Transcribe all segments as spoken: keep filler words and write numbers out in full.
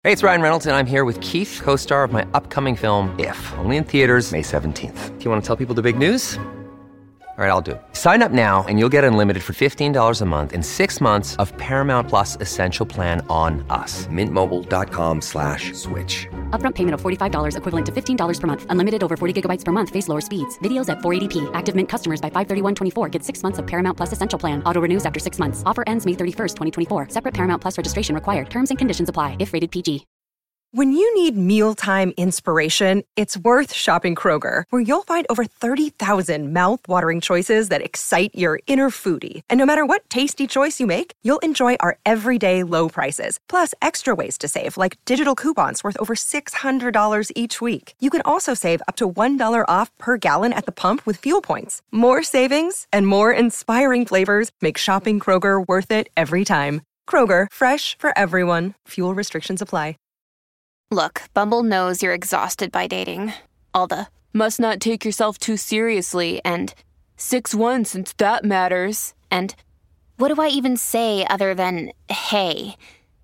Hey, it's Ryan Reynolds, and I'm here with Keith, co-star of my upcoming film, If, only in theaters May seventeenth. Do you want to tell people the big news? All right, I'll do it. Sign up now and you'll get unlimited for fifteen dollars a month and six months of Paramount Plus Essential Plan on us. Mint Mobile dot com slash switch. Upfront payment of forty-five dollars equivalent to fifteen dollars per month. Unlimited over forty gigabytes per month. Face lower speeds. Videos at four eighty p. Active Mint customers by five thirty-one twenty-four get six months of Paramount Plus Essential Plan. Auto renews after six months. Offer ends May thirty-first, twenty twenty-four. Separate Paramount Plus registration required. Terms and conditions apply if rated P G. When you need mealtime inspiration, it's worth shopping Kroger, where you'll find over thirty thousand mouth-watering choices that excite your inner foodie. And no matter what tasty choice you make, you'll enjoy our everyday low prices, plus extra ways to save, like digital coupons worth over six hundred dollars each week. You can also save up to one dollar off per gallon at the pump with fuel points. More savings and more inspiring flavors make shopping Kroger worth it every time. Kroger, fresh for everyone. Fuel restrictions apply. Look, Bumble knows you're exhausted by dating. All the, must not take yourself too seriously, and six one since that matters, and what do I even say other than, hey?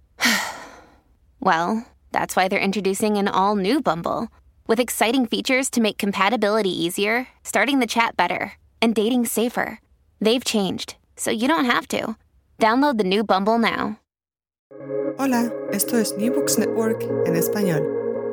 Well, that's why they're introducing an all-new Bumble, with exciting features to make compatibility easier, starting the chat better, and dating safer. They've changed, so you don't have to. Download the new Bumble now. Hola, esto es New Books Network en español.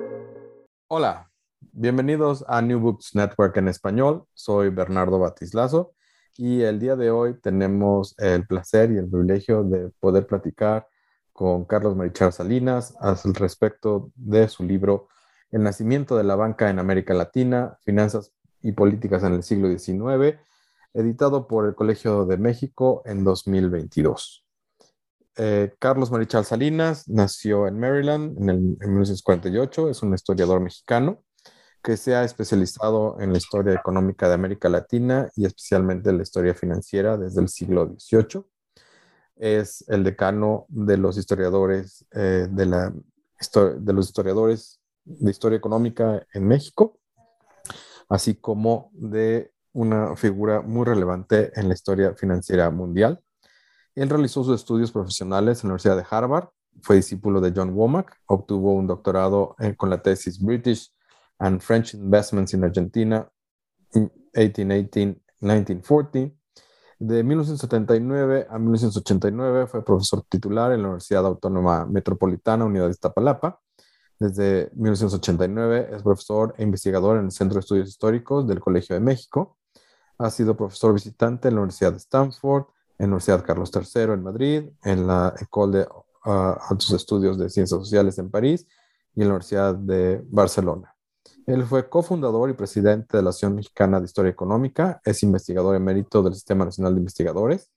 Hola, bienvenidos a New Books Network en español. Soy Bernardo Batislazo y el día de hoy tenemos el placer y el privilegio de poder platicar con Carlos Marichal Salinas al respecto de su libro El nacimiento de la banca en América Latina, finanzas y políticas en el siglo diecinueve, editado por el Colegio de México en dos mil veintidós. Eh, Carlos Marichal Salinas nació en Maryland en, el, en mil novecientos cuarenta y ocho. Es un historiador mexicano que se ha especializado en la historia económica de América Latina y especialmente en la historia financiera desde el siglo dieciocho. Es el decano de los historiadores, eh, de, la, de los historiadores de historia económica en México, así como de una figura muy relevante en la historia financiera mundial. Él realizó sus estudios profesionales en la Universidad de Harvard, fue discípulo de John Womack, obtuvo un doctorado en, con la tesis British and French Investments in Argentina, eighteen eighteen to nineteen forty. De mil novecientos setenta y nueve a mil novecientos ochenta y nueve fue profesor titular en la Universidad Autónoma Metropolitana, Unidad de Iztapalapa. Desde mil novecientos ochenta y nueve es profesor e investigador en el Centro de Estudios Históricos del Colegio de México. Ha sido profesor visitante en la Universidad de Stanford, en la Universidad Carlos tercero en Madrid, en la École de uh, Altos Estudios de Ciencias Sociales en París y en la Universidad de Barcelona. Él fue cofundador y presidente de la Asociación Mexicana de Historia Económica, es investigador emérito del Sistema Nacional de Investigadores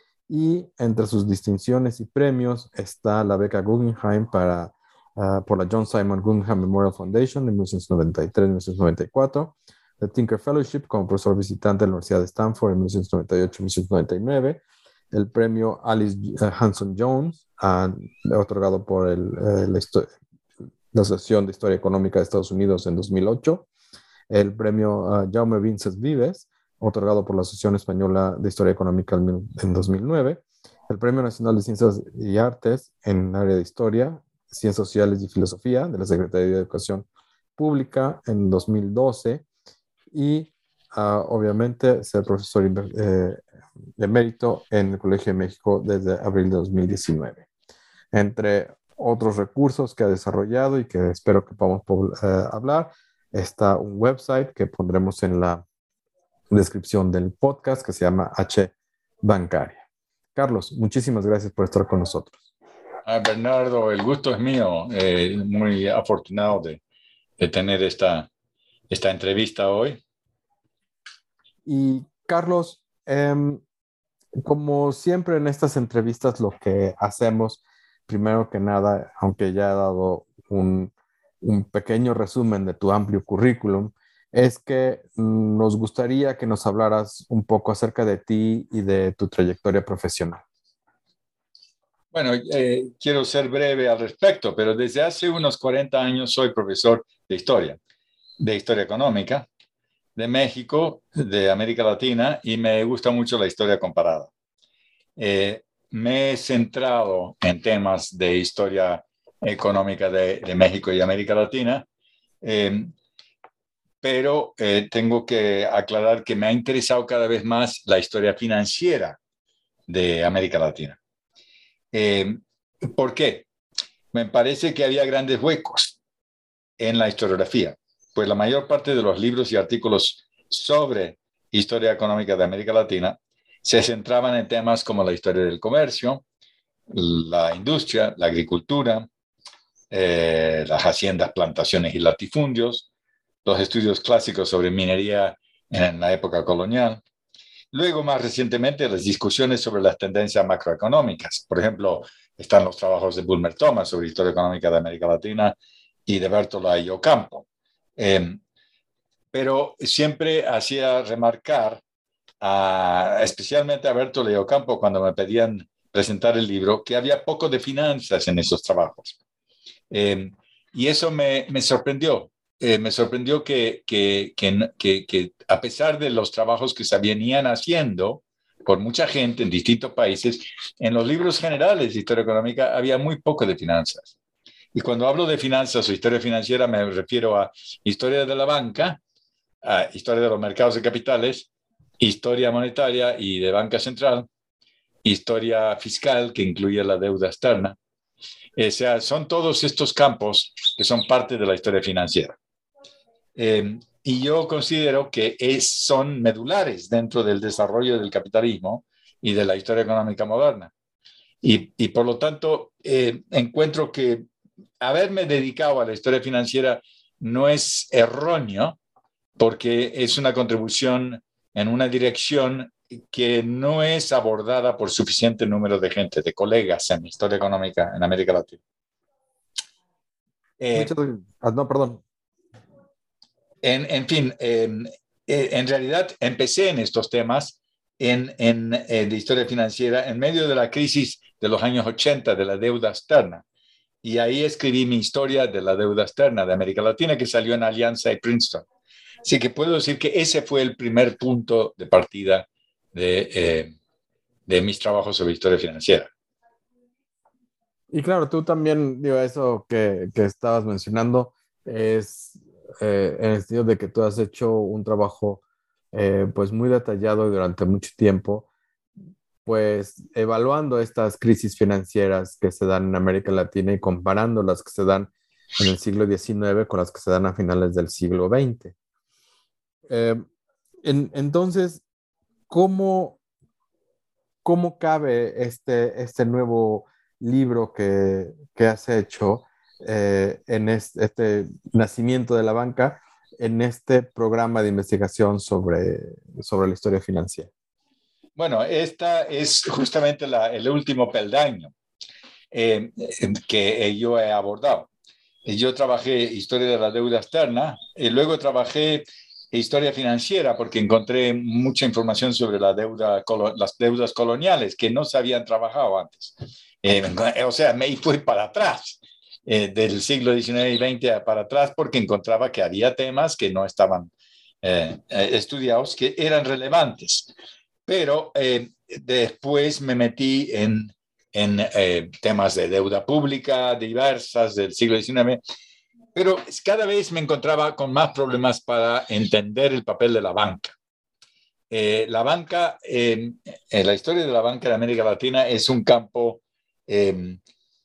y entre sus distinciones y premios está la beca Guggenheim para, uh, por la John Simon Guggenheim Memorial Foundation de mil novecientos noventa y tres a mil novecientos noventa y cuatro, la Tinker Fellowship como profesor visitante en la Universidad de Stanford en mil novecientos noventa y ocho a mil novecientos noventa y nueve, el premio Alice Hanson Jones, uh, otorgado por el, uh, la, la Asociación de Historia Económica de Estados Unidos en dos mil ocho, el premio uh, Jaume Vicens Vives, otorgado por la Asociación Española de Historia Económica en, en dos mil nueve, el Premio Nacional de Ciencias y Artes en el área de Historia, Ciencias Sociales y Filosofía de la Secretaría de Educación Pública en dos mil doce, y uh, obviamente ser profesor eh, emérito en el Colegio de México desde abril de dos mil diecinueve. Entre otros recursos que ha desarrollado y que espero que podamos uh, hablar, está un website que pondremos en la descripción del podcast que se llama H Bancaria. Carlos, muchísimas gracias por estar con nosotros. Ah, Bernardo, el gusto es mío. Eh, muy afortunado de, de tener esta, esta entrevista hoy. Y Carlos, eh, como siempre en estas entrevistas lo que hacemos, primero que nada, aunque ya he dado un, un pequeño resumen de tu amplio currículum, es que nos gustaría que nos hablaras un poco acerca de ti y de tu trayectoria profesional. Bueno, eh, quiero ser breve al respecto, pero desde hace unos cuarenta años soy profesor de historia, de historia económica, de México, de América Latina, y me gusta mucho la historia comparada. Eh, me he centrado en temas de historia económica de, de México y América Latina. Eh, pero eh, tengo que aclarar que me ha interesado cada vez más la historia financiera de América Latina. Eh, ¿Por qué? Me parece que había grandes huecos en la historiografía, pues la mayor parte de los libros y artículos sobre historia económica de América Latina se centraban en temas como la historia del comercio, la industria, la agricultura, eh, las haciendas, plantaciones y latifundios, los estudios clásicos sobre minería en la época colonial. Luego, más recientemente, las discusiones sobre las tendencias macroeconómicas. Por ejemplo, están los trabajos de Bulmer Thomas sobre historia económica de América Latina y de Bertola y Ocampo. Eh, pero siempre hacía remarcar, a, especialmente a Bertola y Ocampo, cuando me pedían presentar el libro, que había poco de finanzas en esos trabajos. Eh, y eso me, me sorprendió. Eh, me sorprendió que, que, que, que, que a pesar de los trabajos que se venían haciendo por mucha gente en distintos países, en los libros generales de historia económica había muy poco de finanzas. Y cuando hablo de finanzas o historia financiera me refiero a historia de la banca, a historia de los mercados de capitales, historia monetaria y de banca central, historia fiscal que incluye la deuda externa. O sea, son todos estos campos que son parte de la historia financiera. Eh, y yo considero que es, son medulares dentro del desarrollo del capitalismo y de la historia económica moderna. Y, y por lo tanto, eh, encuentro que haberme dedicado a la historia financiera no es erróneo, porque es una contribución en una dirección que no es abordada por suficiente número de gente, de colegas en historia económica en América Latina. Eh, Muchas, ah, no, perdón. En, en fin, eh, en realidad empecé en estos temas en, en, en de historia financiera en medio de la crisis de los años ochenta de la deuda externa. Y ahí escribí mi historia de la deuda externa de América Latina, que salió en Alianza y Princeton. Así que puedo decir que ese fue el primer punto de partida de, eh, de mis trabajos sobre historia financiera. Y claro, tú también, digo, eso que, que estabas mencionando es eh, en el sentido de que tú has hecho un trabajo eh, pues muy detallado y durante mucho tiempo, pues evaluando estas crisis financieras que se dan en América Latina y comparando las que se dan en el siglo diecinueve con las que se dan a finales del siglo veinte. Eh, en, entonces, ¿cómo, cómo cabe este, este nuevo libro que, que has hecho eh, en este, este nacimiento de la banca, en este programa de investigación sobre, sobre la historia financiera? Bueno, esta es justamente la, el último peldaño eh, que yo he abordado. Yo trabajé historia de la deuda externa y luego trabajé historia financiera porque encontré mucha información sobre la deuda, las deudas coloniales que no se habían trabajado antes. Eh, o sea, me fui para atrás, eh, del siglo diecinueve y veinte para atrás, porque encontraba que había temas que no estaban eh, estudiados, que eran relevantes. Pero eh, después me metí en, en eh, temas de deuda pública diversas del siglo diecinueve, pero cada vez me encontraba con más problemas para entender el papel de la banca. Eh, la banca, eh, en la historia de la banca en América Latina es un campo eh,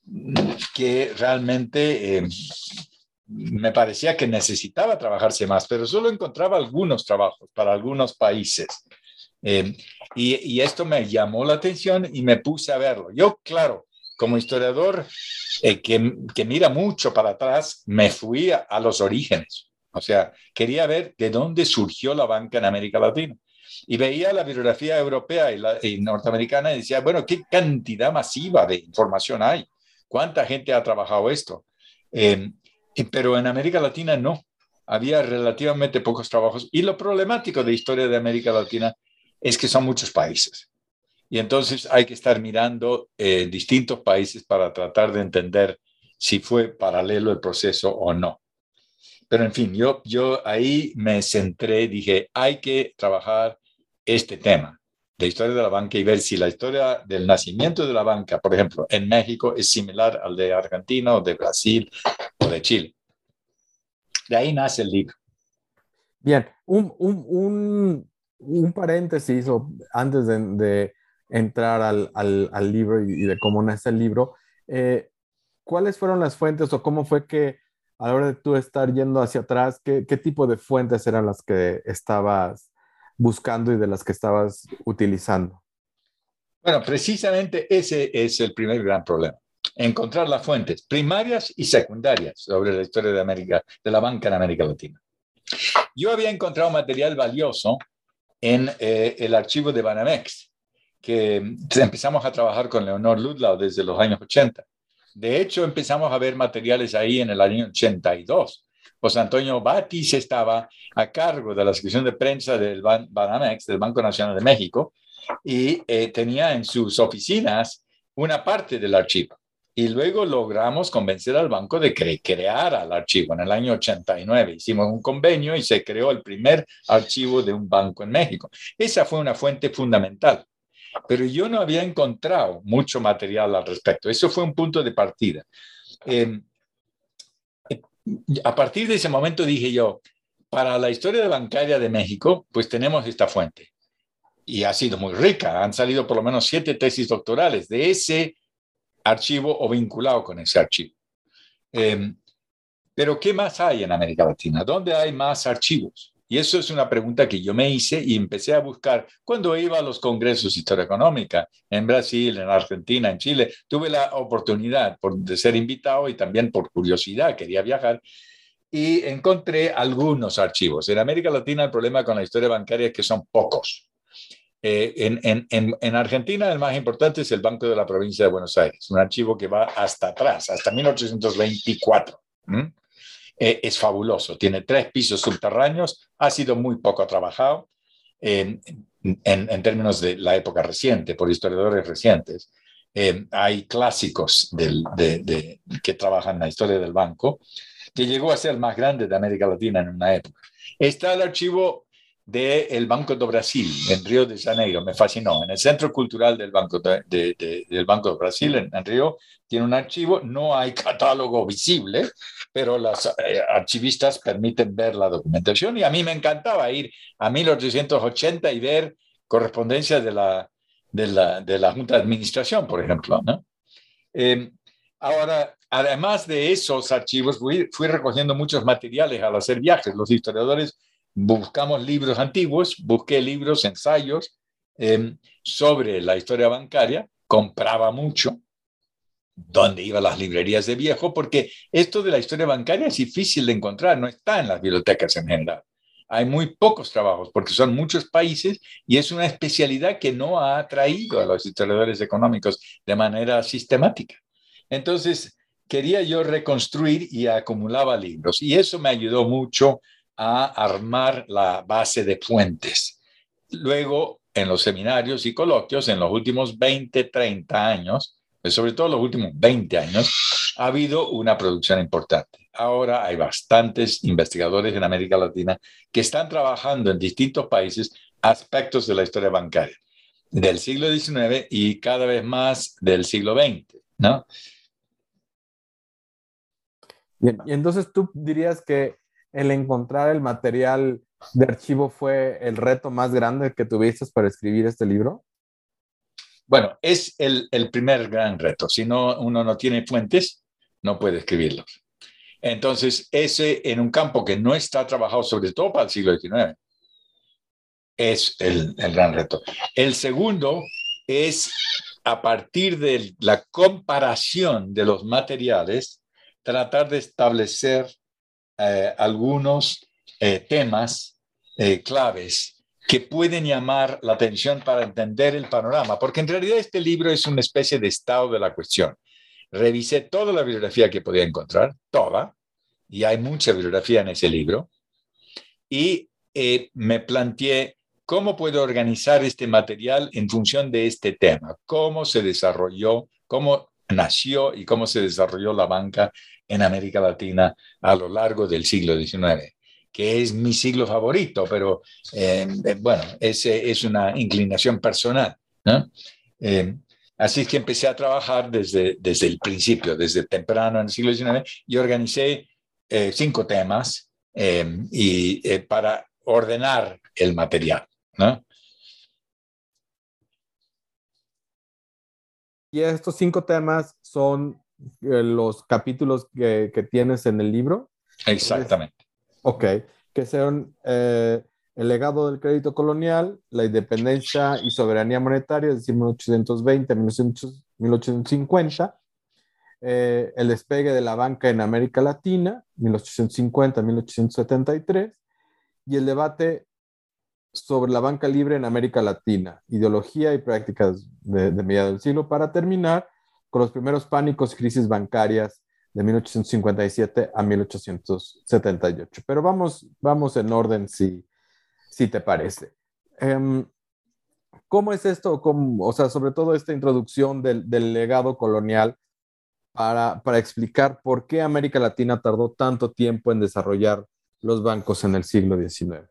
que realmente eh, me parecía que necesitaba trabajarse más, pero solo encontraba algunos trabajos para algunos países. Eh, y, y esto me llamó la atención y me puse a verlo. Yo, claro, como historiador eh, que, que mira mucho para atrás, me fui a, a los orígenes. O sea, quería ver de dónde surgió la banca en América Latina. Y veía la bibliografía europea y, la, y norteamericana y decía, bueno, ¿qué cantidad masiva de información hay? ¿Cuánta gente ha trabajado esto? Eh, pero en América Latina no. Había relativamente pocos trabajos. Y lo problemático de historia de América Latina es que son muchos países. Y entonces hay que estar mirando eh, distintos países para tratar de entender si fue paralelo el proceso o no. Pero en fin, yo, yo ahí me centré, dije, hay que trabajar este tema. de historia de la banca y ver si la historia del nacimiento de la banca, por ejemplo, en México es similar al de Argentina o de Brasil o de Chile. De ahí nace el libro. Bien, un, un, un, un paréntesis o antes de, de entrar al, al, al libro y, y de cómo nace el libro, eh, ¿cuáles fueron las fuentes o cómo fue que a la hora de tú estar yendo hacia atrás, qué, qué tipo de fuentes eran las que estabas buscando y de las que estabas utilizando? Bueno, precisamente ese es el primer gran problema. Encontrar las fuentes primarias y secundarias sobre la historia de América, de la banca en América Latina. Yo había encontrado material valioso en eh, el archivo de Banamex, que empezamos a trabajar con Leonor Ludlow desde los años ochenta. De hecho, empezamos a ver materiales ahí en el año ochenta y dos. José Antonio Batis estaba a cargo de la sección de prensa del Ban Banamex, del Banco Nacional de México, y eh, tenía en sus oficinas una parte del archivo. Y luego logramos convencer al banco de que creara el archivo. En el año ochenta y nueve hicimos un convenio y se creó el primer archivo de un banco en México. Esa fue una fuente fundamental. Pero yo no había encontrado mucho material al respecto. Eso fue un punto de partida. Eh, a partir de ese momento dije yo, para la historia bancaria de México, pues tenemos esta fuente. Y ha sido muy rica. Han salido por lo menos siete tesis doctorales de ese archivo o vinculado con ese archivo. Eh, pero ¿qué más hay en América Latina? ¿Dónde hay más archivos? Y eso es una pregunta que yo me hice y empecé a buscar cuando iba a los congresos de historia económica en Brasil, en Argentina, en Chile. Tuve la oportunidad por, de ser invitado y también por curiosidad, quería viajar. Y encontré algunos archivos. En América Latina el problema con la historia bancaria es que son pocos. Eh, en, en, en, en Argentina el más importante es el Banco de la Provincia de Buenos Aires, un archivo que va hasta atrás, hasta mil ochocientos veinticuatro. ¿Mm? Eh, es fabuloso, tiene tres pisos subterráneos, ha sido muy poco trabajado eh, en, en términos de la época reciente, por historiadores recientes. Eh, hay clásicos del, de, de, que trabajan en la historia del banco, que llegó a ser el más grande de América Latina en una época. Está el archivo del Banco do Brasil, en Río de Janeiro, me fascinó. En el Centro Cultural del Banco de, de, de, del Banco do Brasil, en, en Río, tiene un archivo, no hay catálogo visible, pero los eh, archivistas permiten ver la documentación y a mí me encantaba ir a mil ochocientos ochenta y ver correspondencia de la, de la, de la Junta de Administración, por ejemplo, ¿no? Eh, ahora, además de esos archivos, fui, fui recogiendo muchos materiales al hacer viajes. Los historiadores buscamos libros antiguos, busqué libros, ensayos eh, sobre la historia bancaria, compraba mucho, donde iba a las librerías de viejo, porque esto de la historia bancaria es difícil de encontrar, no está en las bibliotecas en general. Hay muy pocos trabajos, porque son muchos países y es una especialidad que no ha atraído a los historiadores económicos de manera sistemática. Entonces, quería yo reconstruir y acumulaba libros, y eso me ayudó mucho a armar la base de fuentes. Luego, en los seminarios y coloquios, en los últimos veinte, treinta años, pues sobre todo los últimos veinte años, ha habido una producción importante. Ahora hay bastantes investigadores en América Latina que están trabajando en distintos países aspectos de la historia bancaria del siglo diecinueve y cada vez más del siglo veinte, ¿no? Bien, y entonces tú dirías que el encontrar el material de archivo fue el reto más grande que tuviste para escribir este libro. Bueno, es el, el primer gran reto. Si no, uno no tiene fuentes, no puede escribirlos. Entonces, ese en un campo que no está trabajado, sobre todo para el siglo diecinueve, es el, el gran reto. El segundo es, a partir de la comparación de los materiales, tratar de establecer eh, algunos eh, temas eh, claves que pueden llamar la atención para entender el panorama, porque en realidad este libro es una especie de estado de la cuestión. Revisé toda la bibliografía que podía encontrar, toda, y hay mucha bibliografía en ese libro, y eh, me planteé cómo puedo organizar este material en función de este tema, cómo se desarrolló, cómo nació y cómo se desarrolló la banca en América Latina a lo largo del siglo diecinueve, que es mi siglo favorito, pero eh, bueno, es, es una inclinación personal, ¿no? Eh, así que empecé a trabajar desde, desde el principio, desde temprano en el siglo diecinueve, y organicé eh, cinco temas eh, y, eh, para ordenar el material, ¿no? Y estos cinco temas son eh, los capítulos que, que tienes en el libro. Exactamente. Ok, que son eh, el legado del crédito colonial, la independencia y soberanía monetaria, es decir, mil ochocientos veinte a mil ochocientos cincuenta, eh, el despegue de la banca en América Latina, mil ochocientos cincuenta a mil ochocientos setenta y tres, y el debate sobre la banca libre en América Latina, ideología y prácticas de, de mediados del siglo, para terminar con los primeros pánicos y crisis bancarias de mil ochocientos cincuenta y siete a mil ochocientos setenta y ocho. Pero vamos, vamos en orden, si, si te parece. Um, ¿Cómo es esto? ¿Cómo, o sea, sobre todo esta introducción del, del legado colonial para, para explicar por qué América Latina tardó tanto tiempo en desarrollar los bancos en el siglo diecinueve?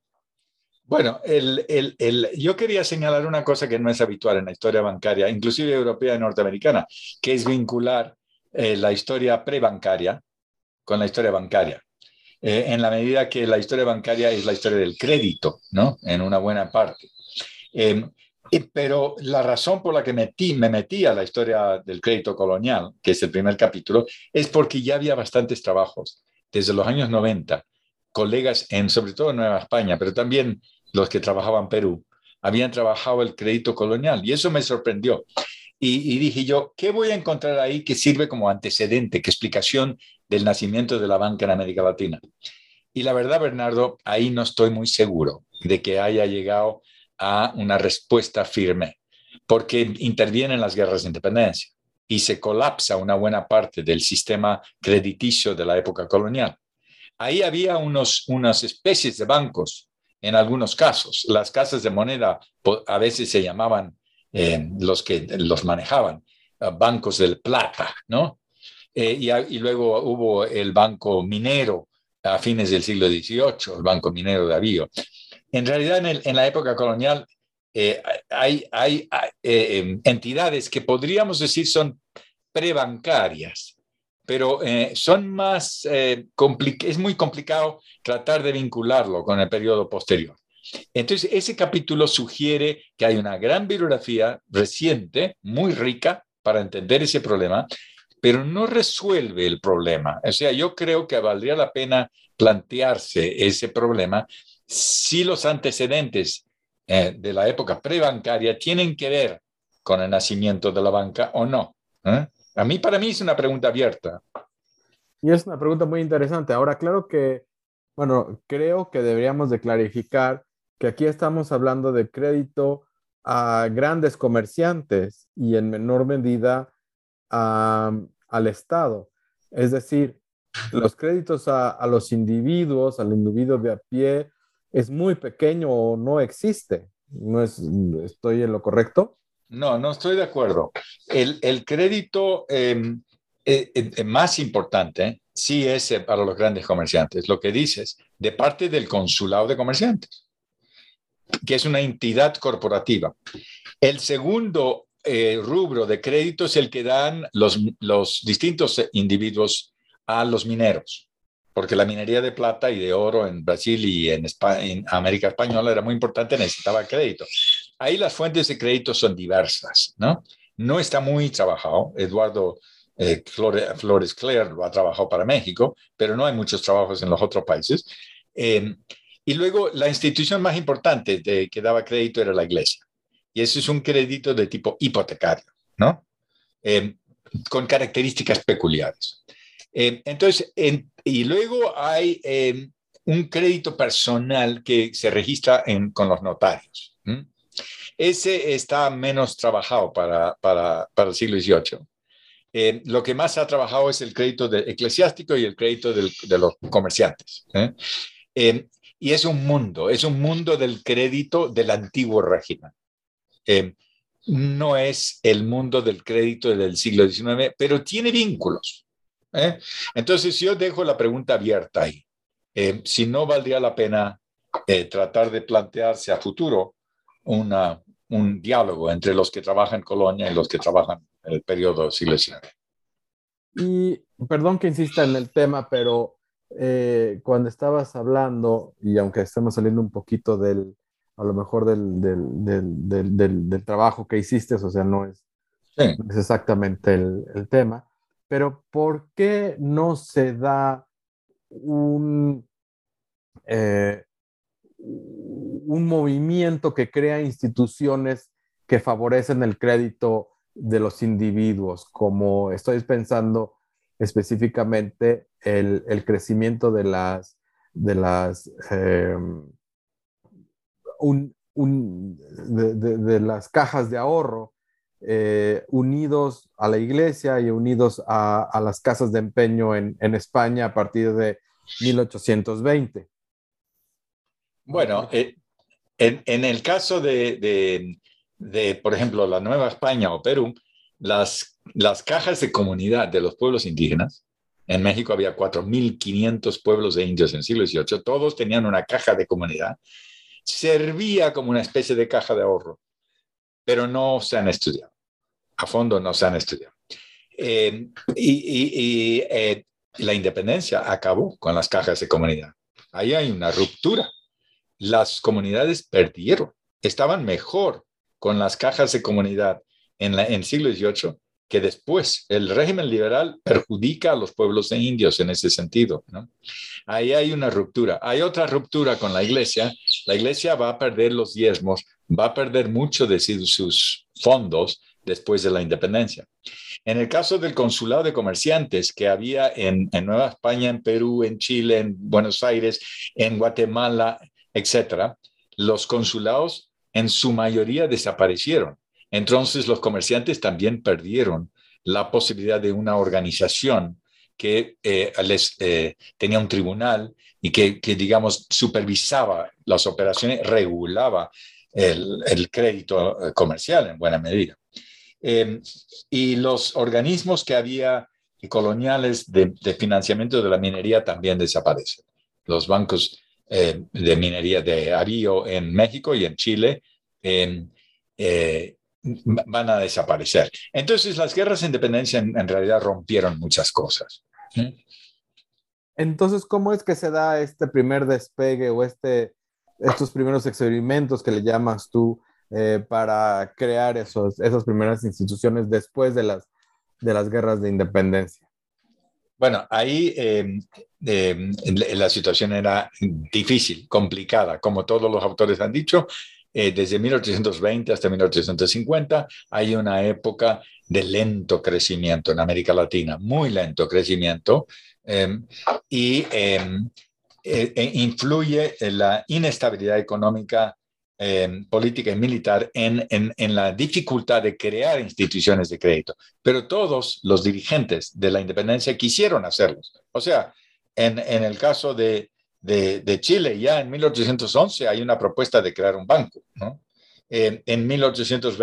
Bueno, el, el, el, yo quería señalar una cosa que no es habitual en la historia bancaria, inclusive europea y norteamericana, que es vincular eh, la historia prebancaria con la historia bancaria, eh, en la medida que la historia bancaria es la historia del crédito, ¿no? En una buena parte. Eh, pero la razón por la que metí, me metí a la historia del crédito colonial, que es el primer capítulo, es porque ya había bastantes trabajos desde los años noventa, colegas en, sobre todo en Nueva España, pero también los que trabajaban en Perú, habían trabajado el crédito colonial, y eso me sorprendió. Y, y dije yo, ¿qué voy a encontrar ahí que sirve como antecedente, que explicación del nacimiento de la banca en América Latina? Y la verdad, Bernardo, ahí no estoy muy seguro de que haya llegado a una respuesta firme, porque intervienen las guerras de independencia y se colapsa una buena parte del sistema crediticio de la época colonial. Ahí había unos, unas especies de bancos, en algunos casos. Las casas de moneda a veces se llamaban, eh, los que los manejaban, uh, bancos del plata, ¿no? Eh, y, y luego hubo el banco minero a fines del siglo dieciocho, el banco minero de Avío. En realidad, en, el, en la época colonial, eh, hay, hay eh, entidades que podríamos decir son prebancarias, pero eh, son más, eh, es muy complicado tratar de vincularlo con el periodo posterior. Entonces, ese capítulo sugiere que hay una gran bibliografía reciente, muy rica, para entender ese problema, pero no resuelve el problema. O sea, yo creo que valdría la pena plantearse ese problema si los antecedentes eh, de la época prebancaria tienen que ver con el nacimiento de la banca o no. ¿eh? A mí, para mí, es una pregunta abierta. Y es una pregunta muy interesante. Ahora, claro que, bueno, creo que deberíamos de clarificar que aquí estamos hablando de crédito a grandes comerciantes y en menor medida a, al Estado. Es decir, los créditos a, a los individuos, al individuo de a pie, es muy pequeño o no existe. ¿No es, estoy en lo correcto? No, no estoy de acuerdo. El, el crédito eh, eh, eh, más importante sí es eh, para los grandes comerciantes, lo que dices, de parte del consulado de comerciantes, que es una entidad corporativa. El segundo eh, rubro de crédito es el que dan los, los distintos individuos a los mineros, porque la minería de plata y de oro en Brasil y en, España, en América Española era muy importante, necesitaba crédito. Ahí las fuentes de crédito son diversas, ¿no? No está muy trabajado. Eduardo eh, Flores Cler lo ha trabajado para México, pero no hay muchos trabajos en los otros países. Eh, y luego la institución más importante de, que daba crédito era la iglesia. Y eso es un crédito de tipo hipotecario, ¿no? Eh, con características peculiares. Eh, entonces, en, y luego hay eh, un crédito personal que se registra en, con los notarios. ¿Mm? Ese está menos trabajado para, para, para el siglo dieciocho. Eh, lo que más ha trabajado es el crédito de, eclesiástico y el crédito del, de los comerciantes. ¿eh? Eh, y es un mundo, es un mundo del crédito del antiguo régimen. Eh, no es el mundo del crédito del siglo diecinueve, pero tiene vínculos. ¿eh? Entonces yo dejo la pregunta abierta ahí. eh, si no valdría la pena eh, tratar de plantearse a futuro una, un diálogo entre los que trabajan en colonia y los que trabajan en el periodo siglo diecinueve. Y perdón que insista en el tema, pero eh, cuando estabas hablando, y aunque estemos saliendo un poquito del, a lo mejor del, del, del, del, del, del trabajo que hiciste, o sea, no es, Sí. no es exactamente el, el tema, pero ¿por qué no se da un, eh, un movimiento que crea instituciones que favorecen el crédito de los individuos, como estoy pensando específicamente el, el crecimiento de las, de las, eh, un, un, de, de, de las cajas de ahorro, eh, unidos a la iglesia y unidos a, a las casas de empeño en, en España a partir de mil ochocientos veinte? Bueno, eh, en, en el caso de, de, de, por ejemplo, la Nueva España o Perú, las, las cajas de comunidad de los pueblos indígenas, en México había cuatro mil quinientos pueblos de indios en el siglo dieciocho, todos tenían una caja de comunidad, servía como una especie de caja de ahorro, pero no se han estudiado, a fondo no se han estudiado. Eh, y y, y eh, la independencia acabó con las cajas de comunidad. Ahí hay una ruptura. Las comunidades perdieron, estaban mejor con las cajas de comunidad en el siglo dieciocho que después. El régimen liberal perjudica a los pueblos de indios en ese sentido, ¿no? Ahí hay una ruptura. Hay otra ruptura con la iglesia. La iglesia va a perder los diezmos, va a perder mucho de sus fondos después de la independencia. En el caso del consulado de comerciantes que había en, en Nueva España, en Perú, en Chile, en Buenos Aires, en Guatemala, etcétera, los consulados en su mayoría desaparecieron. Entonces los comerciantes también perdieron la posibilidad de una organización que eh, les eh, tenía un tribunal y que, que, digamos, supervisaba las operaciones, regulaba el, el crédito comercial en buena medida. Eh, y los organismos que había coloniales de, de financiamiento de la minería también desaparecen. Los bancos Eh, de minería de Arío en México y en Chile eh, eh, van a desaparecer. Entonces las guerras de independencia en, en realidad rompieron muchas cosas. ¿Sí? Entonces, ¿cómo es que se da este primer despegue o este, estos primeros experimentos que le llamas tú eh, para crear esos, esas primeras instituciones después de las, de las guerras de independencia? Bueno, ahí eh, eh, la situación era difícil, complicada, como todos los autores han dicho. Eh, desde mil ochocientos veinte hasta mil ochocientos cincuenta hay una época de lento crecimiento en América Latina, muy lento crecimiento, eh, y eh, eh, influye en la inestabilidad económica, Eh, política y militar en, en, en la dificultad de crear instituciones de crédito. Pero todos los dirigentes de la independencia quisieron hacerlos. O sea, en, en el caso de, de, de Chile, ya en mil ochocientos once hay una propuesta de crear un banco, ¿no? Eh, en mil ochocientos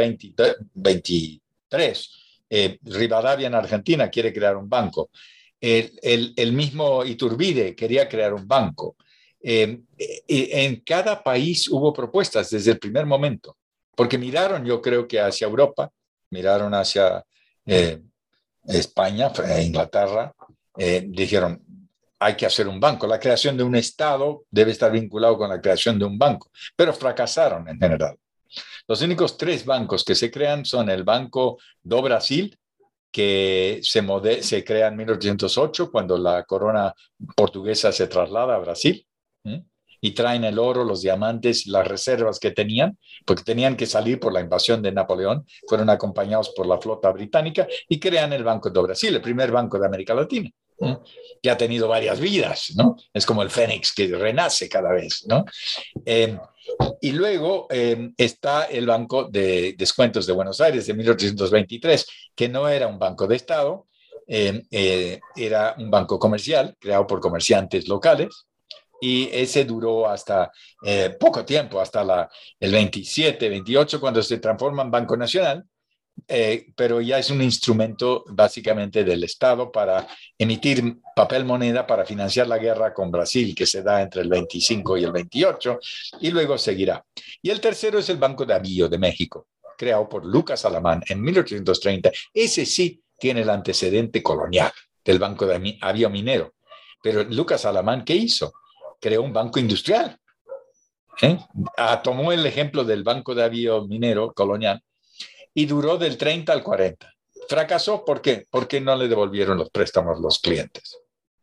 veintitrés, eh, Rivadavia en Argentina quiere crear un banco. El, el, el mismo Iturbide quería crear un banco. Eh, en cada país hubo propuestas desde el primer momento, porque miraron, yo creo que hacia Europa, miraron hacia eh, España, Inglaterra, eh, dijeron, hay que hacer un banco. La creación de un Estado debe estar vinculado con la creación de un banco, pero fracasaron en general. Los únicos tres bancos que se crean son el Banco do Brasil, que se, se crea en mil ochocientos ocho, cuando la corona portuguesa se traslada a Brasil, ¿eh? Y traen el oro, los diamantes, las reservas que tenían, porque tenían que salir por la invasión de Napoleón, fueron acompañados por la flota británica y crean el Banco do Brasil, el primer banco de América Latina, ¿eh? Que ha tenido varias vidas, ¿no? Es como el fénix que renace cada vez, ¿no? Eh, y luego eh, está el Banco de Descuentos de Buenos Aires de mil ochocientos veintitrés, que no era un banco de Estado, eh, eh, era un banco comercial creado por comerciantes locales. Y ese duró hasta eh, poco tiempo, hasta la, el veintisiete, veintiocho, cuando se transforma en Banco Nacional, Eh, pero ya es un instrumento básicamente del Estado para emitir papel moneda para financiar la guerra con Brasil, que se da entre el veinticinco y el veintiocho, y luego seguirá. Y el tercero es el Banco de Avío de México, creado por Lucas Alamán en mil ochocientos treinta. Ese sí tiene el antecedente colonial del Banco de Avío Minero. Pero Lucas Alamán, ¿qué hizo? Creó un banco industrial. ¿Eh? Ah, tomó el ejemplo del Banco de Avío Minero colonial y duró del treinta al cuarenta. Fracasó, ¿por qué? Porque no le devolvieron los préstamos los clientes.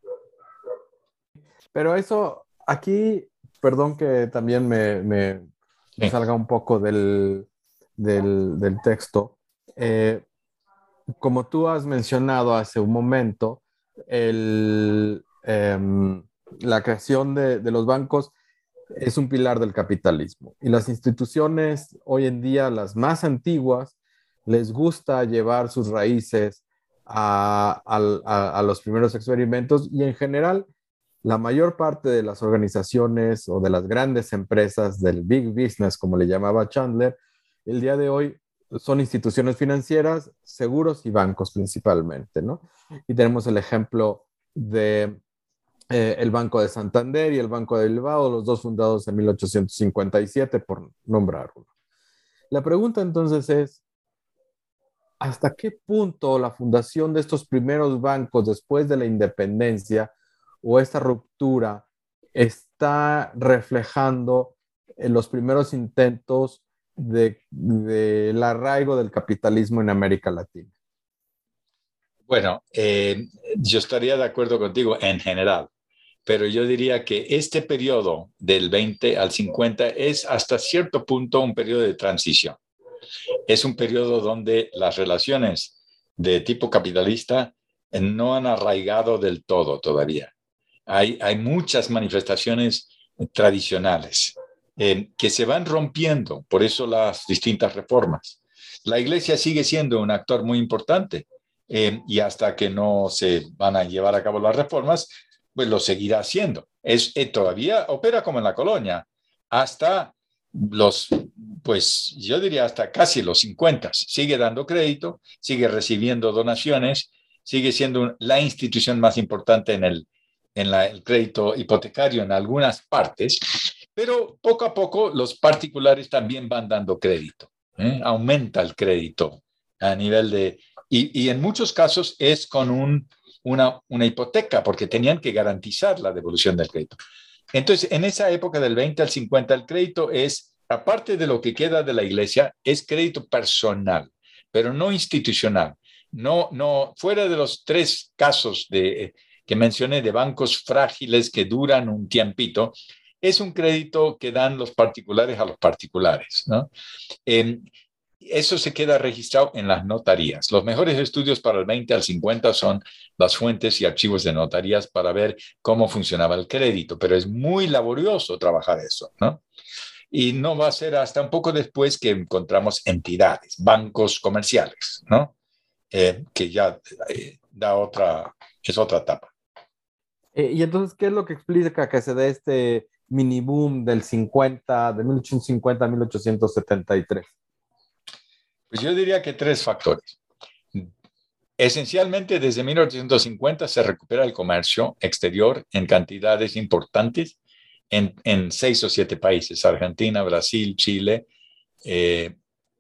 Pero eso, aquí, perdón que también me, me sí. salga un poco del, del, del texto. Eh, como tú has mencionado hace un momento, el, eh, la creación de, de los bancos es un pilar del capitalismo. Y las instituciones hoy en día, las más antiguas, les gusta llevar sus raíces a, a, a los primeros experimentos, y en general la mayor parte de las organizaciones o de las grandes empresas del big business, como le llamaba Chandler, el día de hoy son instituciones financieras, seguros y bancos principalmente, ¿no? Y tenemos el ejemplo de eh, el Banco de Santander y el Banco de Bilbao, los dos fundados en mil ochocientos cincuenta y siete, por nombrar uno. La pregunta entonces es, ¿hasta qué punto la fundación de estos primeros bancos después de la independencia o esta ruptura está reflejando en los primeros intentos de, de el arraigo del capitalismo en América Latina? Bueno, eh, yo estaría de acuerdo contigo en general, pero yo diría que este periodo del veinte al cincuenta es hasta cierto punto un periodo de transición. Es un periodo donde las relaciones de tipo capitalista no han arraigado del todo todavía. Hay, hay muchas manifestaciones tradicionales eh, que se van rompiendo, por eso las distintas reformas. La Iglesia sigue siendo un actor muy importante eh, y hasta que no se van a llevar a cabo las reformas, pues lo seguirá haciendo. Es, eh, todavía opera como en la colonia, hasta los, pues yo diría hasta casi los cincuenta. Sigue dando crédito, sigue recibiendo donaciones, sigue siendo la institución más importante en el en la, el crédito hipotecario en algunas partes, pero poco a poco los particulares también van dando crédito. ¿eh? Aumenta el crédito a nivel de... Y, y en muchos casos es con un, una, una hipoteca, porque tenían que garantizar la devolución del crédito. Entonces, en esa época del veinte al cincuenta, el crédito es, aparte de lo que queda de la Iglesia, es crédito personal, pero no institucional. No, no, fuera de los tres casos de... que mencioné de bancos frágiles que duran un tiempito, es un crédito que dan los particulares a los particulares, ¿no? Eh, eso se queda registrado en las notarías. Los mejores estudios para el veinte al cincuenta son las fuentes y archivos de notarías para ver cómo funcionaba el crédito, pero es muy laborioso trabajar eso, ¿no? Y no va a ser hasta un poco después que encontramos entidades, bancos comerciales, ¿no? Eh, que ya eh, da otra, es otra etapa. Eh, y entonces, ¿qué es lo que explica que se dé este mini boom del cincuenta, de mil ochocientos cincuenta a mil ochocientos setenta y tres? Pues yo diría que tres factores. Esencialmente, desde mil ochocientos cincuenta se recupera el comercio exterior en cantidades importantes en, en seis o siete países: Argentina, Brasil, Chile, eh,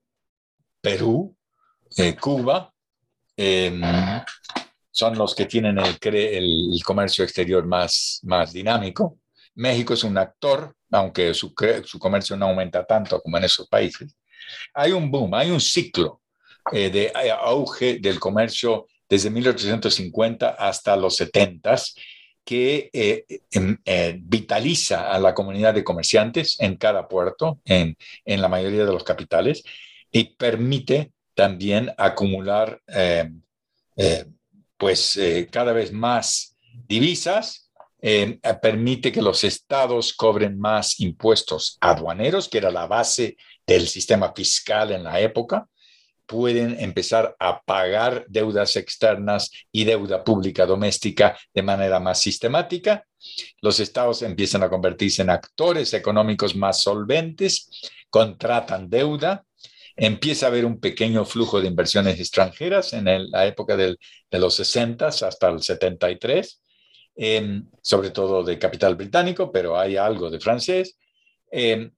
Perú, eh, Cuba. Eh, son los que tienen el, el comercio exterior más, más dinámico. México es un actor, aunque su, su comercio no aumenta tanto como en esos países. Hay un boom, hay un ciclo eh, de auge del comercio desde mil ochocientos cincuenta hasta los setenta que eh, eh, vitaliza a la comunidad de comerciantes en cada puerto, en, en la mayoría de los capitales, y permite también acumular eh, eh, pues eh, cada vez más divisas, eh, permite que los estados cobren más impuestos aduaneros, que era la base del sistema fiscal en la época. Pueden empezar a pagar deudas externas y deuda pública doméstica de manera más sistemática. Los estados empiezan a convertirse en actores económicos más solventes, contratan deuda, empieza a haber un pequeño flujo de inversiones extranjeras en el, la época del, de los sesenta hasta el setenta y tres, eh, sobre todo de capital británico, pero hay algo de francés. Eh,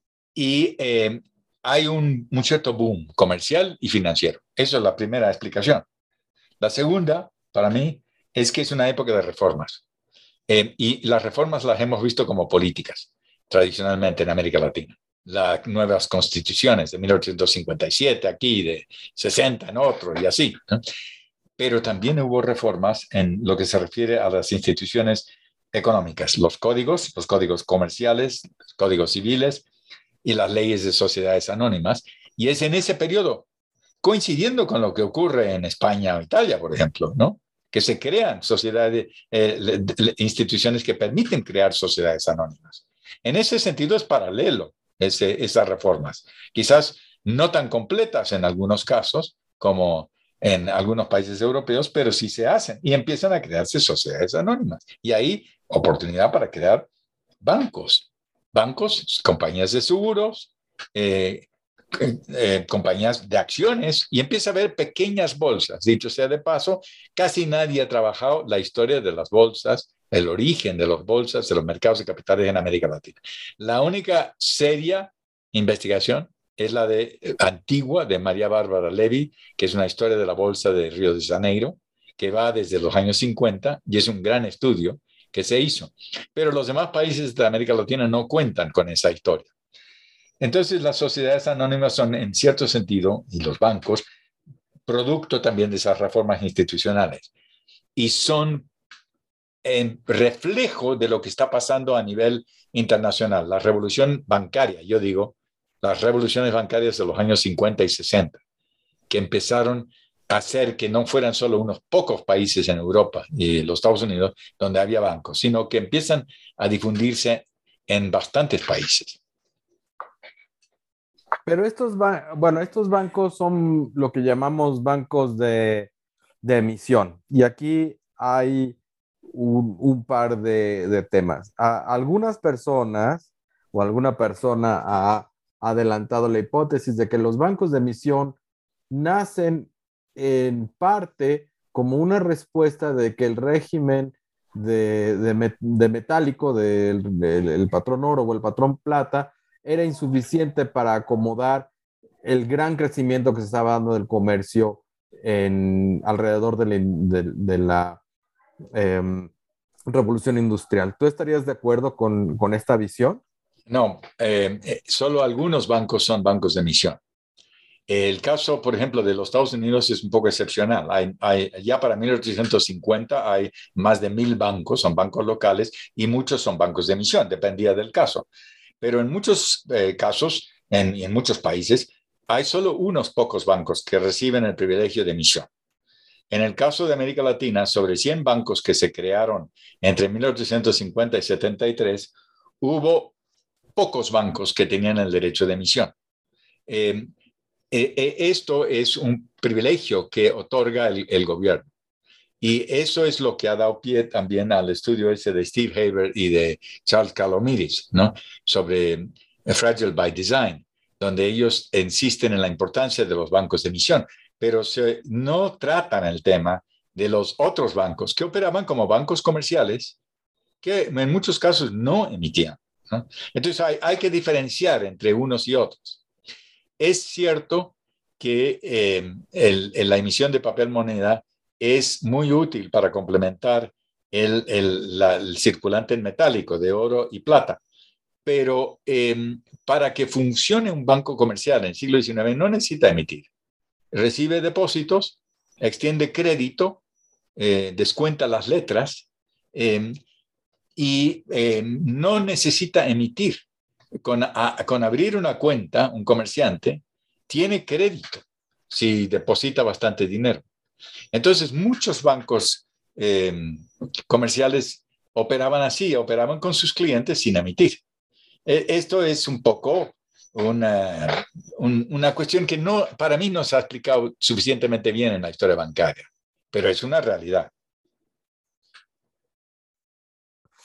y eh, hay un, un cierto boom comercial y financiero. Esa es la primera explicación. La segunda, para mí, es que es una época de reformas. Eh, y las reformas las hemos visto como políticas, tradicionalmente en América Latina. Las nuevas constituciones de mil ochocientos cincuenta y siete aquí, de sesenta en otro y así, ¿no? Pero también hubo reformas en lo que se refiere a las instituciones económicas, los códigos, los códigos comerciales, los códigos civiles y las leyes de sociedades anónimas. Y es en ese periodo, coincidiendo con lo que ocurre en España o Italia, por ejemplo, ¿no? Que se crean sociedades, eh, le, le, instituciones que permiten crear sociedades anónimas. En ese sentido es paralelo ese, esas reformas. Quizás no tan completas en algunos casos como en algunos países europeos, pero sí se hacen y empiezan a crearse sociedades anónimas. Y hay oportunidad para crear bancos, bancos, compañías de seguros, eh, Eh, compañías de acciones, y empieza a haber pequeñas bolsas. Dicho sea de paso, casi nadie ha trabajado la historia de las bolsas, el origen de las bolsas, de los mercados de capitales en América Latina. La única seria investigación es la de eh, antigua de María Bárbara Levy, que es una historia de la bolsa de Río de Janeiro, que va desde los años cincuenta y es un gran estudio que se hizo. Pero los demás países de América Latina no cuentan con esa historia. Entonces, las sociedades anónimas son, en cierto sentido, y los bancos, producto también de esas reformas institucionales. Y son en reflejo de lo que está pasando a nivel internacional. La revolución bancaria, yo digo, las revoluciones bancarias de los años cincuenta y sesenta, que empezaron a hacer que no fueran solo unos pocos países en Europa y los Estados Unidos donde había bancos, sino que empiezan a difundirse en bastantes países. Pero estos, bueno, estos bancos son lo que llamamos bancos de, de emisión. Y aquí hay un, un par de, de temas. A, algunas personas o alguna persona ha adelantado la hipótesis de que los bancos de emisión nacen en parte como una respuesta de que el régimen de, de, de metálico del, del el patrón oro o el patrón plata era insuficiente para acomodar el gran crecimiento que se estaba dando del comercio en, alrededor de la, de, de la eh, revolución industrial. ¿Tú estarías de acuerdo con, con esta visión? No, eh, eh, solo algunos bancos son bancos de emisión. El caso, por ejemplo, de los Estados Unidos es un poco excepcional. Hay, hay, ya para mil ochocientos cincuenta hay más de mil bancos, son bancos locales, y muchos son bancos de emisión, dependía del caso. Pero en muchos eh, casos, en, en muchos países, hay solo unos pocos bancos que reciben el privilegio de emisión. En el caso de América Latina, sobre cien bancos que se crearon entre mil ochocientos cincuenta y setenta y tres, hubo pocos bancos que tenían el derecho de emisión. Eh, eh, esto es un privilegio que otorga el, el gobierno. Y eso es lo que ha dado pie también al estudio ese de Steve Haber y de Charles Kalomiris, ¿no? Sobre Fragile by Design, donde ellos insisten en la importancia de los bancos de emisión, pero se, no tratan el tema de los otros bancos que operaban como bancos comerciales, que en muchos casos no emitían, ¿no? Entonces hay, hay que diferenciar entre unos y otros. Es cierto que eh, el, el, la emisión de papel moneda es muy útil para complementar el, el, la, el circulante metálico de oro y plata. Pero eh, para que funcione un banco comercial en el siglo diecinueve no necesita emitir. Recibe depósitos, extiende crédito, eh, descuenta las letras eh, y eh, no necesita emitir. Con, a, con abrir una cuenta, un comerciante tiene crédito si deposita bastante dinero. Entonces, muchos bancos eh, comerciales operaban así, operaban con sus clientes sin emitir. Eh, esto es un poco una, un, una cuestión que no, para mí no se ha explicado suficientemente bien en la historia bancaria, pero es una realidad.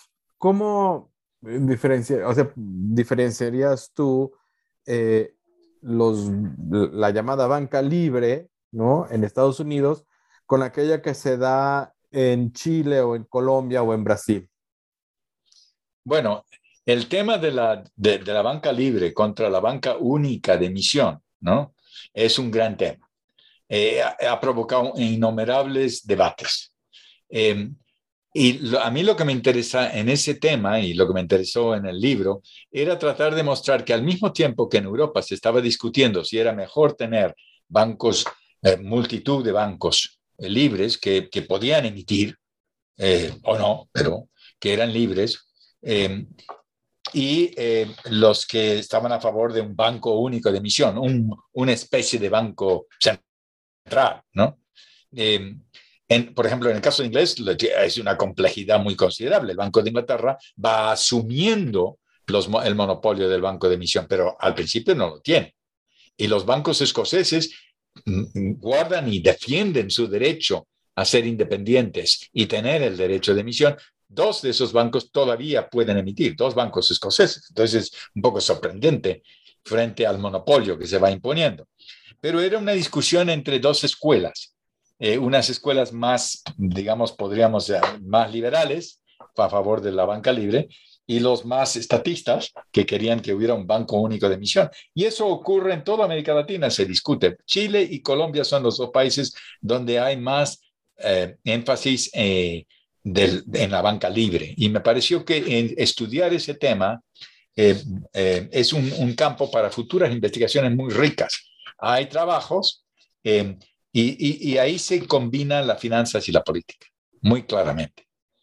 ¿Cómo diferencia, o sea, diferenciarías tú eh, los, la llamada banca libre, ¿no? En Estados Unidos, con aquella que se da en Chile o en Colombia o en Brasil. Bueno, el tema de la, de, de la banca libre contra la banca única de emisión, ¿no? Es un gran tema. Eh, ha, ha provocado innumerables debates. Eh, y lo, a mí lo que me interesa en ese tema y lo que me interesó en el libro era tratar de mostrar que al mismo tiempo que en Europa se estaba discutiendo si era mejor tener bancos, eh, multitud de bancos eh, libres que, que podían emitir eh, o no, pero que eran libres, eh, y eh, los que estaban a favor de un banco único de emisión, un, una especie de banco central, ¿no? Eh, en, por ejemplo, en el caso de inglés es una complejidad muy considerable. El Banco de Inglaterra va asumiendo los, el monopolio del banco de emisión, pero al principio no lo tiene. Y los bancos escoceses guardan y defienden su derecho a ser independientes y tener el derecho de emisión. Dos de esos bancos todavía pueden emitir, dos bancos escoceses. Entonces es un poco sorprendente frente al monopolio que se va imponiendo. Pero era una discusión entre dos escuelas, eh, unas escuelas más, digamos, podríamos ser más liberales, a favor de la banca libre, y los más estatistas que querían que hubiera un banco único de emisión. Y eso ocurre en toda América Latina, se discute. Chile y Colombia son los dos países donde hay más eh, énfasis eh, del, en la banca libre. Y me pareció que en estudiar ese tema eh, eh, es un, un campo para futuras investigaciones muy ricas. Hay trabajos eh, y, y, y ahí se combinan las finanzas y la política, muy claramente.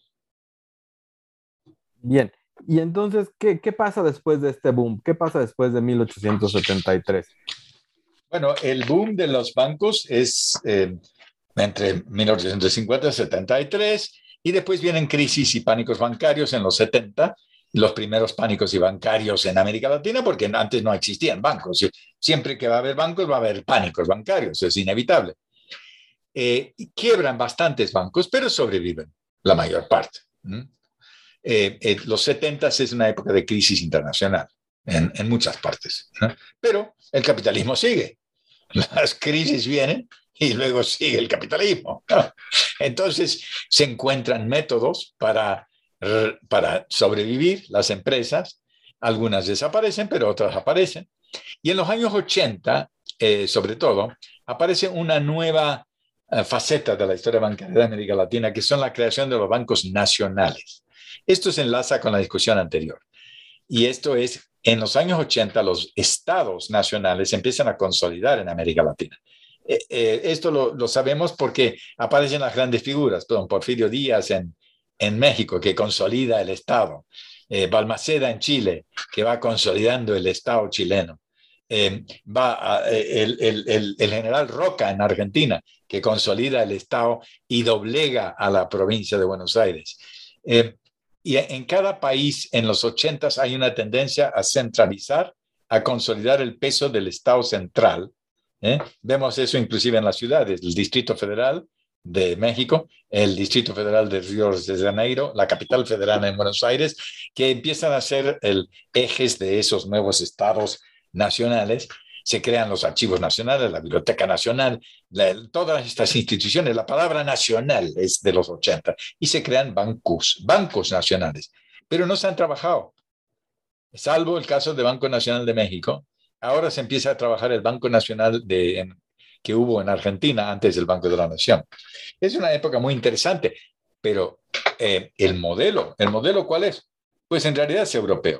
Bien, y entonces, ¿qué, qué pasa después de este boom? ¿Qué pasa después de mil ochocientos setenta y tres? Bueno, el boom de los bancos es eh, entre mil ochocientos cincuenta y setenta y tres, y después vienen crisis y pánicos bancarios en los setenta, los primeros pánicos y bancarios en América Latina, porque antes no existían bancos. Siempre que va a haber bancos, va a haber pánicos bancarios, es inevitable. Eh, quiebran bastantes bancos, pero sobreviven la mayor parte. ¿Mm? Eh, eh, los setenta es una época de crisis internacional en, en muchas partes, ¿no? Pero el capitalismo sigue. Las crisis vienen y luego sigue el capitalismo, ¿no? Entonces se encuentran métodos para, para sobrevivir las empresas. Algunas desaparecen, pero otras aparecen. Y en los años ochenta, eh, sobre todo, aparece una nueva uh, faceta de la historia bancaria de América Latina, que son la creación de los bancos nacionales. Esto se enlaza con la discusión anterior. Y esto es, en los años ochenta, los estados nacionales empiezan a consolidar en América Latina. Eh, eh, esto lo, lo sabemos porque aparecen las grandes figuras, don Porfirio Díaz en, en México, que consolida el estado, eh, Balmaceda en Chile, que va consolidando el estado chileno, eh, va a, el, el, el, el general Roca en Argentina, que consolida el estado y doblega a la provincia de Buenos Aires. Eh, Y en cada país, en los ochentas, hay una tendencia a centralizar, a consolidar el peso del Estado central. ¿eh? Vemos eso inclusive en las ciudades, el Distrito Federal de México, el Distrito Federal de Río de Janeiro, la capital federal en Buenos Aires, que empiezan a ser el ejes de esos nuevos estados nacionales. Se crean los archivos nacionales, la Biblioteca Nacional, la, todas estas instituciones. La palabra nacional es de los ochenta y se crean bancos, bancos nacionales, pero no se han trabajado, salvo el caso del Banco Nacional de México. Ahora se empieza a trabajar el Banco Nacional de, en, que hubo en Argentina antes del Banco de la Nación. Es una época muy interesante, pero eh, el modelo, ¿el modelo cuál es? Pues en realidad es europeo.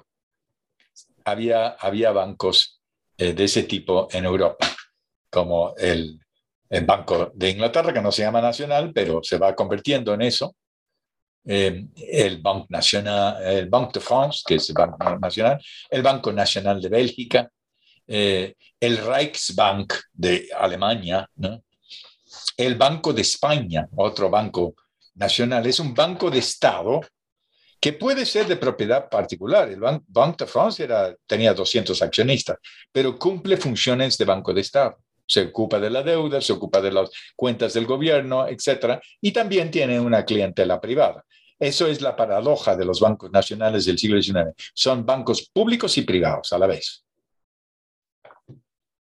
Había, había bancos de ese tipo en Europa, como el, el Banco de Inglaterra, que no se llama nacional, pero se va convirtiendo en eso, eh, el Banque National, el Banque de France, que es el Banco Nacional, el Banco Nacional de Bélgica, eh, el Reichsbank de Alemania, ¿no? El Banco de España, otro banco nacional, es un banco de Estado que puede ser de propiedad particular. El Ban Banque de France era, tenía doscientos accionistas, pero cumple funciones de banco de Estado. Se ocupa de la deuda, se ocupa de las cuentas del gobierno, etcétera, y también tiene una clientela privada. Eso es la paradoja de los bancos nacionales del siglo diecinueve. Son bancos públicos y privados a la vez.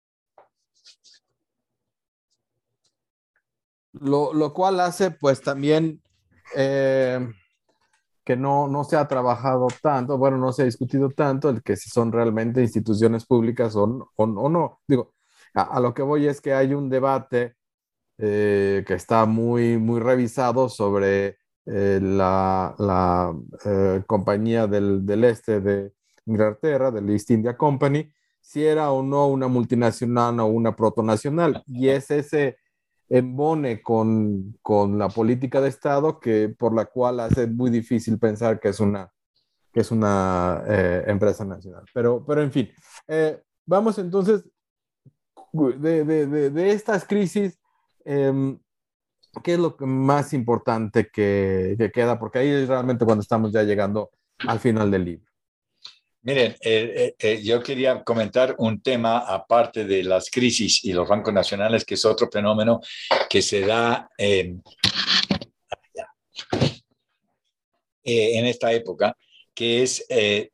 Lo, lo cual hace pues también eh, que no, no se ha trabajado tanto, bueno, no se ha discutido tanto el que si son realmente instituciones públicas o, o, o no. Digo, a, a lo que voy es que hay un debate eh, que está muy, muy revisado sobre eh, la, la eh, compañía del, del este de Inglaterra, del East India Company, si era o no una multinacional o una protonacional. Y es ese embone con, con la política de Estado que por la cual hace muy difícil pensar que es una, que es una eh, empresa nacional. Pero, pero en fin, eh, vamos entonces de, de, de, de estas crisis. Eh, ¿Qué es lo que más importante que, que queda? Porque ahí es realmente cuando estamos ya llegando al final del libro. Miren, eh, eh, yo quería comentar un tema aparte de las crisis y los bancos nacionales, que es otro fenómeno que se da eh, eh, en esta época, que es eh,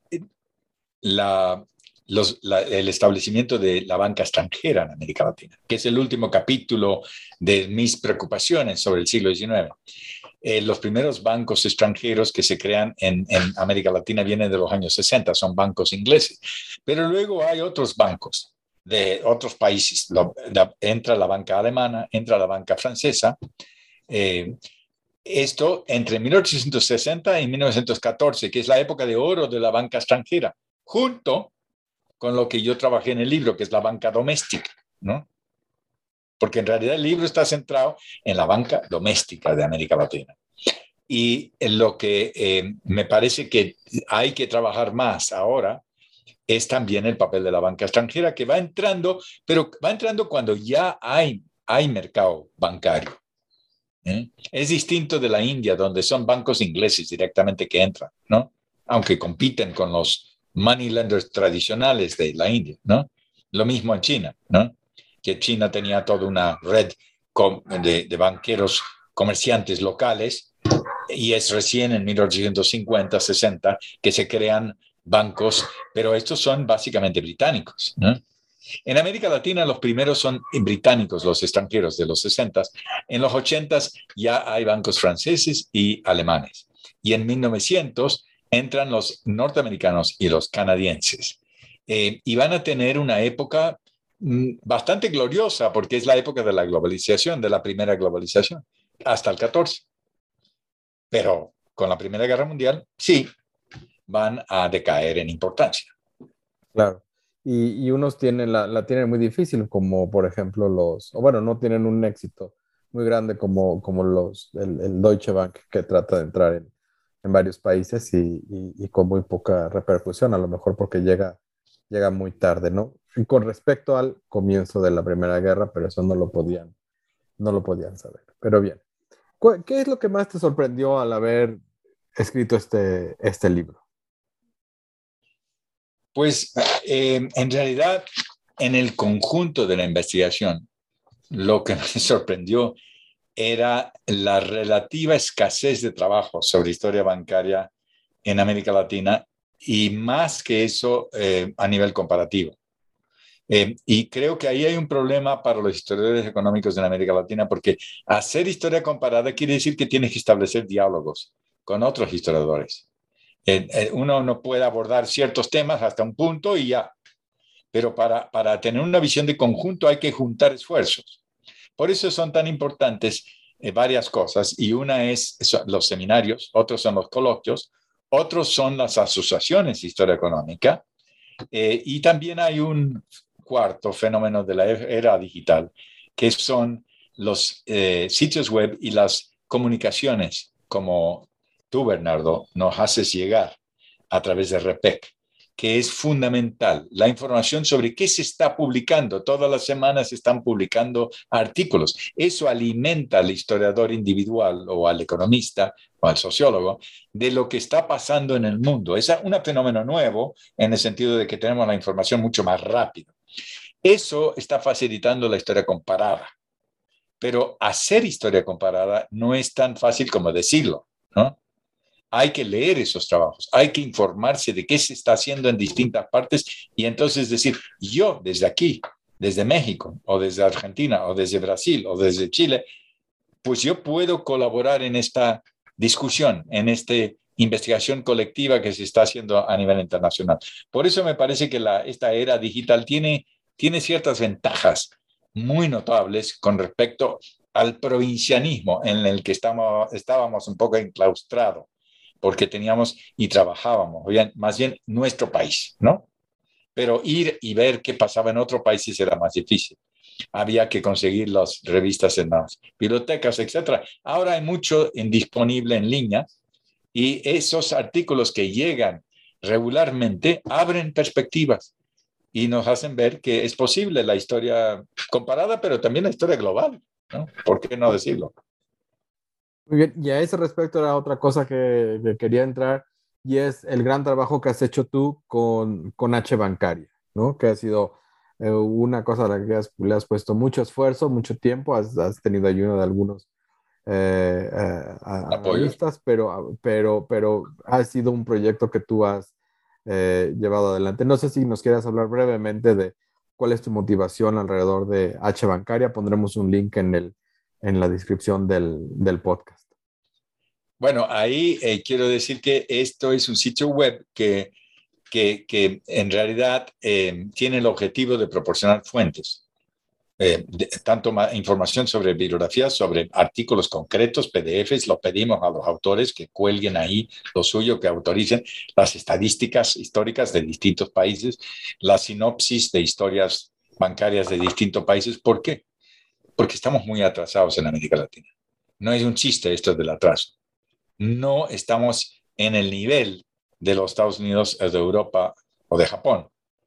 la, los, la, el establecimiento de la banca extranjera en América Latina, que es el último capítulo de mis preocupaciones sobre el siglo diecinueve. Eh, los primeros bancos extranjeros que se crean en, en América Latina vienen de los años sesenta, son bancos ingleses. Pero luego hay otros bancos de otros países. Lo, la, entra la banca alemana, entra la banca francesa. Eh, esto entre mil ochocientos sesenta y mil novecientos catorce, que es la época de oro de la banca extranjera, junto con lo que yo trabajé en el libro, que es la banca doméstica, ¿no? Porque en realidad el libro está centrado en la banca doméstica de América Latina. Y en lo que eh, me parece que hay que trabajar más ahora es también el papel de la banca extranjera, que va entrando, pero va entrando cuando ya hay, hay mercado bancario. ¿eh? Es distinto de la India, donde son bancos ingleses directamente que entran, ¿no? Aunque compiten con los money lenders tradicionales de la India, ¿no? Lo mismo en China, ¿no? Que China tenía toda una red de, de banqueros comerciantes locales y es recién en mil ochocientos cincuenta, sesenta que se crean bancos, pero estos son básicamente británicos, ¿no? En América Latina los primeros son británicos, los extranjeros de los sesenta. En los ochenta ya hay bancos franceses y alemanes. Y en mil novecientos entran los norteamericanos y los canadienses. Eh, y van a tener una época bastante gloriosa, porque es la época de la globalización, de la primera globalización, hasta el catorce. Pero con la Primera Guerra Mundial, sí, van a decaer en importancia. Claro. Y, y unos tienen la, la tienen muy difícil, como por ejemplo los, o bueno, no tienen un éxito muy grande como, como los, el, el Deutsche Bank, que trata de entrar en, en varios países y, y, y con muy poca repercusión, a lo mejor porque llega, llega muy tarde, ¿no? Con respecto al comienzo de la Primera Guerra, pero eso no lo podían, no lo podían saber. Pero bien, ¿qué es lo que más te sorprendió al haber escrito este, este libro? Pues eh, en realidad, en el conjunto de la investigación, lo que me sorprendió era la relativa escasez de trabajo sobre historia bancaria en América Latina y más que eso eh, a nivel comparativo. Eh, y creo que ahí hay un problema para los historiadores económicos en América Latina, porque hacer historia comparada quiere decir que tienes que establecer diálogos con otros historiadores. Eh, eh, uno no puede abordar ciertos temas hasta un punto y ya, pero para, para tener una visión de conjunto hay que juntar esfuerzos. Por eso son tan importantes eh, varias cosas, y una es eso, los seminarios, otros son los coloquios, otros son las asociaciones de historia económica, eh, y también hay un cuarto fenómeno de la era digital, que son los eh, sitios web y las comunicaciones, como tú, Bernardo, nos haces llegar a través de REPEC, que es fundamental. La información sobre qué se está publicando. Todas las semanas se están publicando artículos. Eso alimenta al historiador individual o al economista o al sociólogo de lo que está pasando en el mundo. Es un fenómeno nuevo en el sentido de que tenemos la información mucho más rápido. Eso está facilitando la historia comparada. Pero hacer historia comparada no es tan fácil como decirlo, ¿no? Hay que leer esos trabajos, hay que informarse de qué se está haciendo en distintas partes y entonces decir, yo desde aquí, desde México, o desde Argentina, o desde Brasil, o desde Chile, pues yo puedo colaborar en esta discusión, en esta investigación colectiva que se está haciendo a nivel internacional. Por eso me parece que la, esta era digital tiene, tiene ciertas ventajas muy notables con respecto al provincianismo en el que estamos, estábamos un poco enclaustrados, porque teníamos y trabajábamos, bien, más bien nuestro país, ¿no? Pero ir y ver qué pasaba en otros países era más difícil. Había que conseguir las revistas en las bibliotecas, etcétera. Ahora hay mucho en, disponible en línea y esos artículos que llegan regularmente abren perspectivas y nos hacen ver que es posible la historia comparada, pero también la historia global, ¿no? ¿Por qué no decirlo? Muy bien, y a ese respecto era otra cosa que, que quería entrar, y es el gran trabajo que has hecho tú con, con H Bancaria, ¿no? Que ha sido eh, una cosa a la que has, le has puesto mucho esfuerzo, mucho tiempo, has, has tenido ayuda de algunos eh, eh, analistas, pero, pero, pero ha sido un proyecto que tú has eh, llevado adelante. No sé si nos quieras hablar brevemente de cuál es tu motivación alrededor de H Bancaria. Pondremos un link en, el, en la descripción del, del podcast. Bueno, ahí eh, quiero decir que esto es un sitio web que, que, que en realidad eh, tiene el objetivo de proporcionar fuentes, eh, de, tanto más información sobre bibliografías, sobre artículos concretos, P D Fs, lo pedimos a los autores que cuelguen ahí lo suyo, que autoricen las estadísticas históricas de distintos países, la sinopsis de historias bancarias de distintos países. ¿Por qué? Porque estamos muy atrasados en América Latina. No es un chiste esto del atraso. No estamos en el nivel de los Estados Unidos, de Europa o de Japón.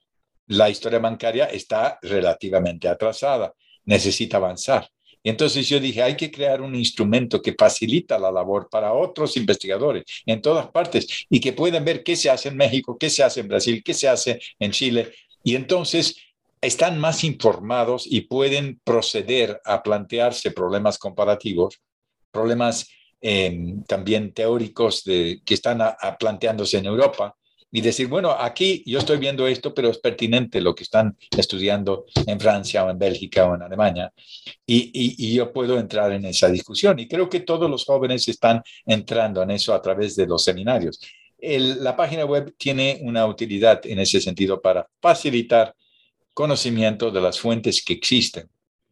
La historia bancaria está relativamente atrasada, necesita avanzar. Y entonces yo dije, hay que crear un instrumento que facilita la labor para otros investigadores en todas partes y que puedan ver qué se hace en México, qué se hace en Brasil, qué se hace en Chile. Y entonces están más informados y pueden proceder a plantearse problemas comparativos, problemas Eh, también teóricos de, que están a, a planteándose en Europa y decir, bueno, aquí yo estoy viendo esto, pero es pertinente lo que están estudiando en Francia o en Bélgica o en Alemania y, y, y yo puedo entrar en esa discusión y creo que todos los jóvenes están entrando en eso a través de los seminarios. El, la página web tiene una utilidad en ese sentido para facilitar conocimiento de las fuentes que existen.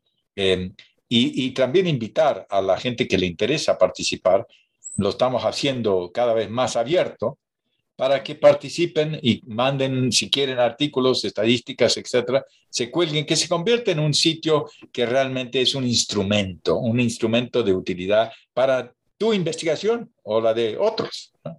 Eh, Y, y también invitar a la gente que le interesa participar, lo estamos haciendo cada vez más abierto, para que participen y manden, si quieren, artículos, estadísticas, etcétera, se cuelguen, que se convierte en un sitio que realmente es un instrumento, un instrumento de utilidad para tu investigación o la de otros, ¿no?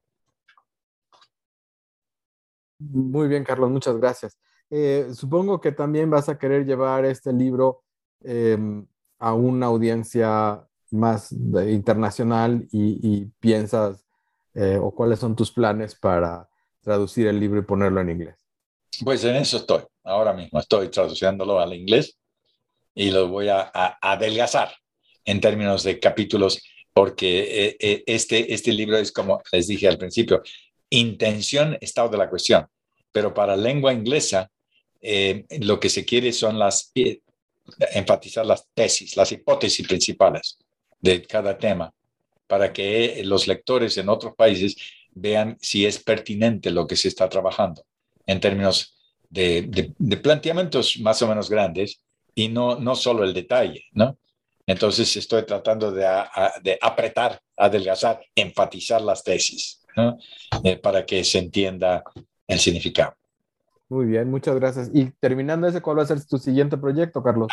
Muy bien, Carlos, muchas gracias. Eh, supongo que también vas a querer llevar este libro eh, a una audiencia más de, internacional y, y piensas eh, o cuáles son tus planes para traducir el libro y ponerlo en inglés. Pues en eso estoy. Ahora mismo estoy traduciéndolo al inglés y lo voy a, a adelgazar en términos de capítulos porque eh, este, este libro es, como les dije al principio, intención, estado de la cuestión. Pero para lengua inglesa eh, lo que se quiere son las... Eh, enfatizar las tesis, las hipótesis principales de cada tema, para que los lectores en otros países vean si es pertinente lo que se está trabajando en términos de, de, de planteamientos más o menos grandes y no, no solo el detalle, ¿no? Entonces estoy tratando de, a, de apretar, adelgazar, enfatizar las tesis, ¿no? Eh, para que se entienda el significado. Muy bien, muchas gracias. Y terminando ese, ¿cuál va a ser tu siguiente proyecto, Carlos?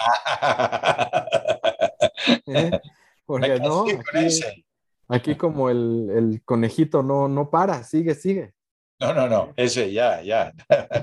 ¿Eh? Porque no, aquí, aquí como el, el conejito no, no para, sigue, sigue. No, no, no, ese ya, ya.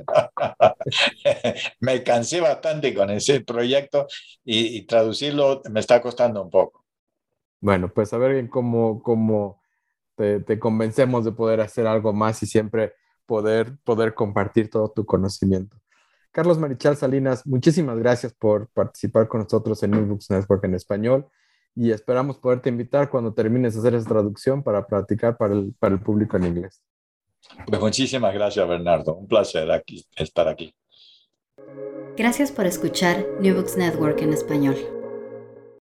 Me cansé bastante con ese proyecto y, y traducirlo me está costando un poco. Bueno, pues a ver cómo, cómo te, te convencemos de poder hacer algo más y siempre poder, poder compartir todo tu conocimiento. Carlos Marichal Salinas, muchísimas gracias por participar con nosotros en New Books Network en español y esperamos poderte invitar cuando termines de hacer esa traducción para practicar para el, para el público en inglés. Pues muchísimas gracias, Bernardo. Un placer aquí, estar aquí. Gracias por escuchar New Books Network en español.